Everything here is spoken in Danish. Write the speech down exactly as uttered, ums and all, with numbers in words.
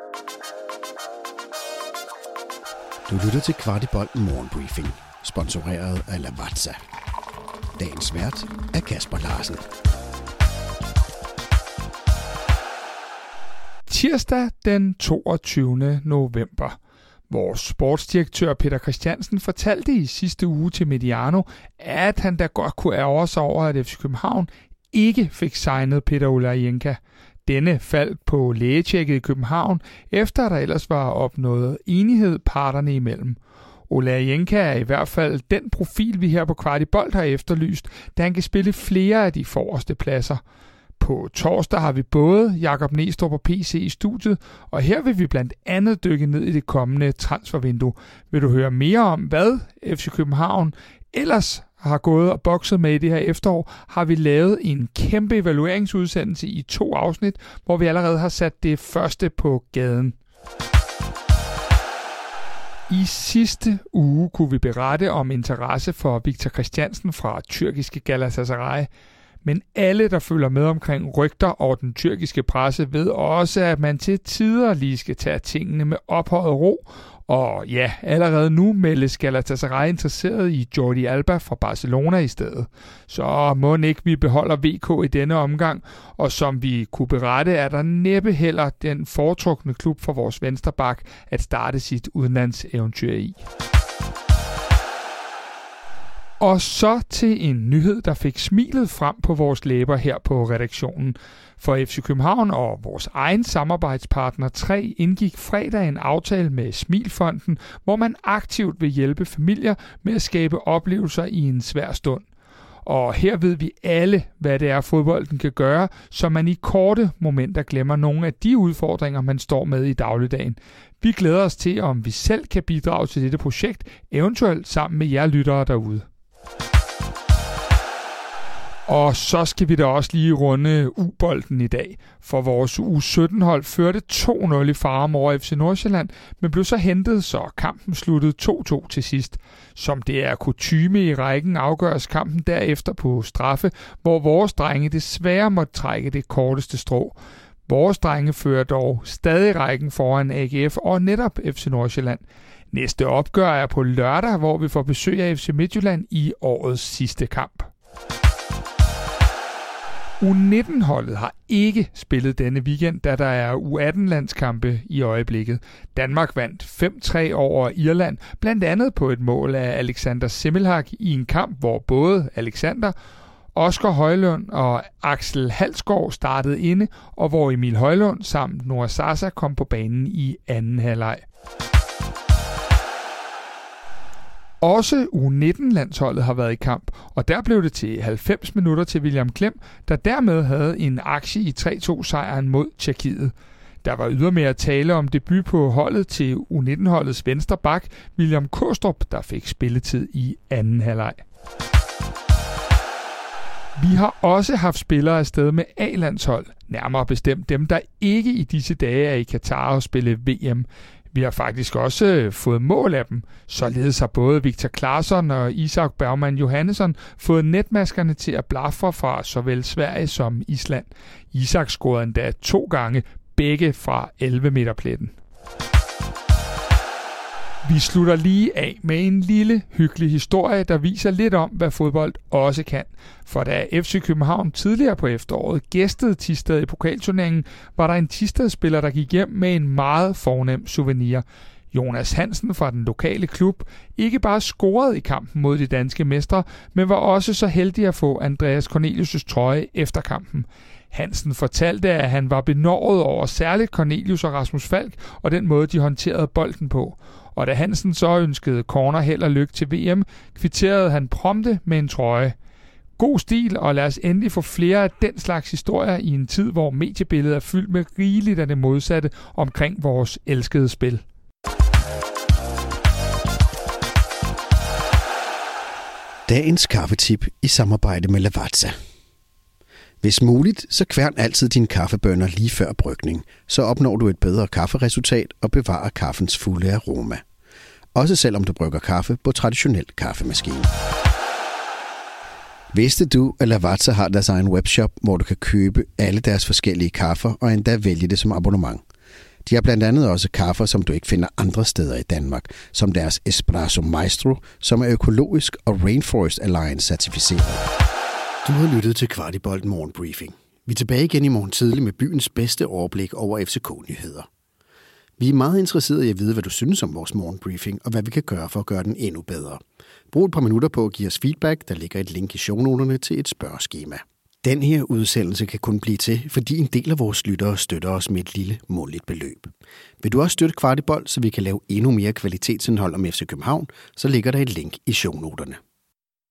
Du lytter til Kvartibolt Morgenbriefing, sponsoreret af Lavazza. Dagens vært er Kasper Larsen. Tirsdag den toogtyvende november. Vores sportsdirektør Peter Christiansen fortalte i sidste uge til Mediano, at han da godt kunne ærge sig over, at F C København ikke fik signet Peter Olayinka. Denne faldt på lægetjekket i København, efter at der ellers var opnået enighed parterne imellem. Olayinka er i hvert fald den profil, vi her på Kvartibolt har efterlyst, da han kan spille flere af de forreste pladser. På torsdag har vi både Jakob Næstrup og P C i studiet, og her vil vi blandt andet dykke ned i det kommende transfervindue. Vil du høre mere om, hvad F C København ellers har gået og bokset med i det her efterår, har vi lavet en kæmpe evalueringsudsendelse i to afsnit, hvor vi allerede har sat det første på gaden. I sidste uge kunne vi berette om interesse for Victor Christiansen fra tyrkiske Galatasaray. Men alle, der følger med omkring rygter over den tyrkiske presse, ved også, at man til tider lige skal tage tingene med ophøjet ro. Og ja, allerede nu meldes Galatasaray interesseret i Jordi Alba fra Barcelona i stedet. Så må ikke vi beholder V K i denne omgang, og som vi kunne berette, er der næppe heller den foretrukne klub for vores venstreback at starte sit udenlandseventyr i. Og så til en nyhed, der fik smilet frem på vores læber her på redaktionen. For F C København og vores egen samarbejdspartner tre indgik fredag en aftale med Smilfonden, hvor man aktivt vil hjælpe familier med at skabe oplevelser i en svær stund. Og her ved vi alle, hvad det er, fodbolden kan gøre, så man i korte momenter glemmer nogle af de udfordringer, man står med i dagligdagen. Vi glæder os til, om vi selv kan bidrage til dette projekt, eventuelt sammen med jer lyttere derude. Og så skal vi da også lige runde U-bolden i dag, for vores U sytten-hold førte to nul i Farum over F C Nordsjælland, men blev så hentet, så kampen sluttede to to til sidst. Som det er kutyme i rækken, afgøres kampen derefter på straffe, hvor vores drenge desværre måtte trække det korteste strå. Vores drenge fører dog stadig rækken foran A G F og netop F C Nordsjælland. Næste opgør er på lørdag, hvor vi får besøg af F C Midtjylland i årets sidste kamp. U nitten-holdet har ikke spillet denne weekend, da der er U atten-landskampe i øjeblikket. Danmark vandt fem tre over Irland, blandt andet på et mål af Alexander Semmelhag i en kamp, hvor både Alexander, Oscar Højlund og Axel Halsgaard startede inde, og hvor Emil Højlund samt Noah Sasa kom på banen i anden halvleg. Også U nitten-landsholdet har været i kamp, og der blev det til halvfems minutter til William Klem, der dermed havde en aktie i tre to sejren mod Tjekkiet. Der var ydermere tale om debut på holdet til U nitten-holdets venstre bak, William Kåstrup, der fik spilletid i anden halvleg. Vi har også haft spillere afsted med A-landshold, nærmere bestemt dem, der ikke i disse dage er i Katar og spille V M. Vi har faktisk også fået mål af dem. Således har både Victor Claesson og Isak Bergman Johannesson fået netmaskerne til at blafre fra såvel Sverige som Island. Isak scorede endda to gange, begge fra elleve meter pletten. Vi slutter lige af med en lille hyggelig historie, der viser lidt om, hvad fodbold også kan. For da F C København tidligere på efteråret gæstede Thisted i pokalturneringen, var der en Thisted-spiller, der gik hjem med en meget fornem souvenir. Jonas Hansen fra den lokale klub ikke bare scorede i kampen mod de danske mestre, men var også så heldig at få Andreas Cornelius' trøje efter kampen. Hansen fortalte, at han var benåret over særligt Cornelius og Rasmus Falk og den måde, de håndterede bolden på. Og da Hansen så ønskede corner held og lykke til V M, kvitterede han prompte med en trøje. God stil, og lad os endelig få flere af den slags historier i en tid, hvor mediebilledet er fyldt med rigeligt af det modsatte omkring vores elskede spil. Dagens kaffetip i samarbejde med Lavazza. Hvis muligt, så kværn altid dine kaffebønner lige før brygning, så opnår du et bedre kafferesultat og bevarer kaffens fulde aroma. Også selvom du brygger kaffe på traditionel kaffemaskine. Vidste du, at Lavazza har deres egen webshop, hvor du kan købe alle deres forskellige kaffer og endda vælge det som abonnement? De har blandt andet også kaffer, som du ikke finder andre steder i Danmark, som deres Espresso Maestro, som er økologisk og Rainforest Alliance certificeret. Du har lyttet til Kvartibolt Morgenbriefing. Vi er tilbage igen i morgen tidlig med byens bedste overblik over F C K-nyheder. Vi er meget interesserede i at vide, hvad du synes om vores morgenbriefing, og hvad vi kan gøre for at gøre den endnu bedre. Brug et par minutter på at give os feedback. Der ligger et link i shownoterne til et spørgeskema. Den her udsendelse kan kun blive til, fordi en del af vores lyttere støtter os med et lille månedligt beløb. Vil du også støtte Kvartibolt, så vi kan lave endnu mere kvalitetsindhold om F C København, så ligger der et link i shownoterne.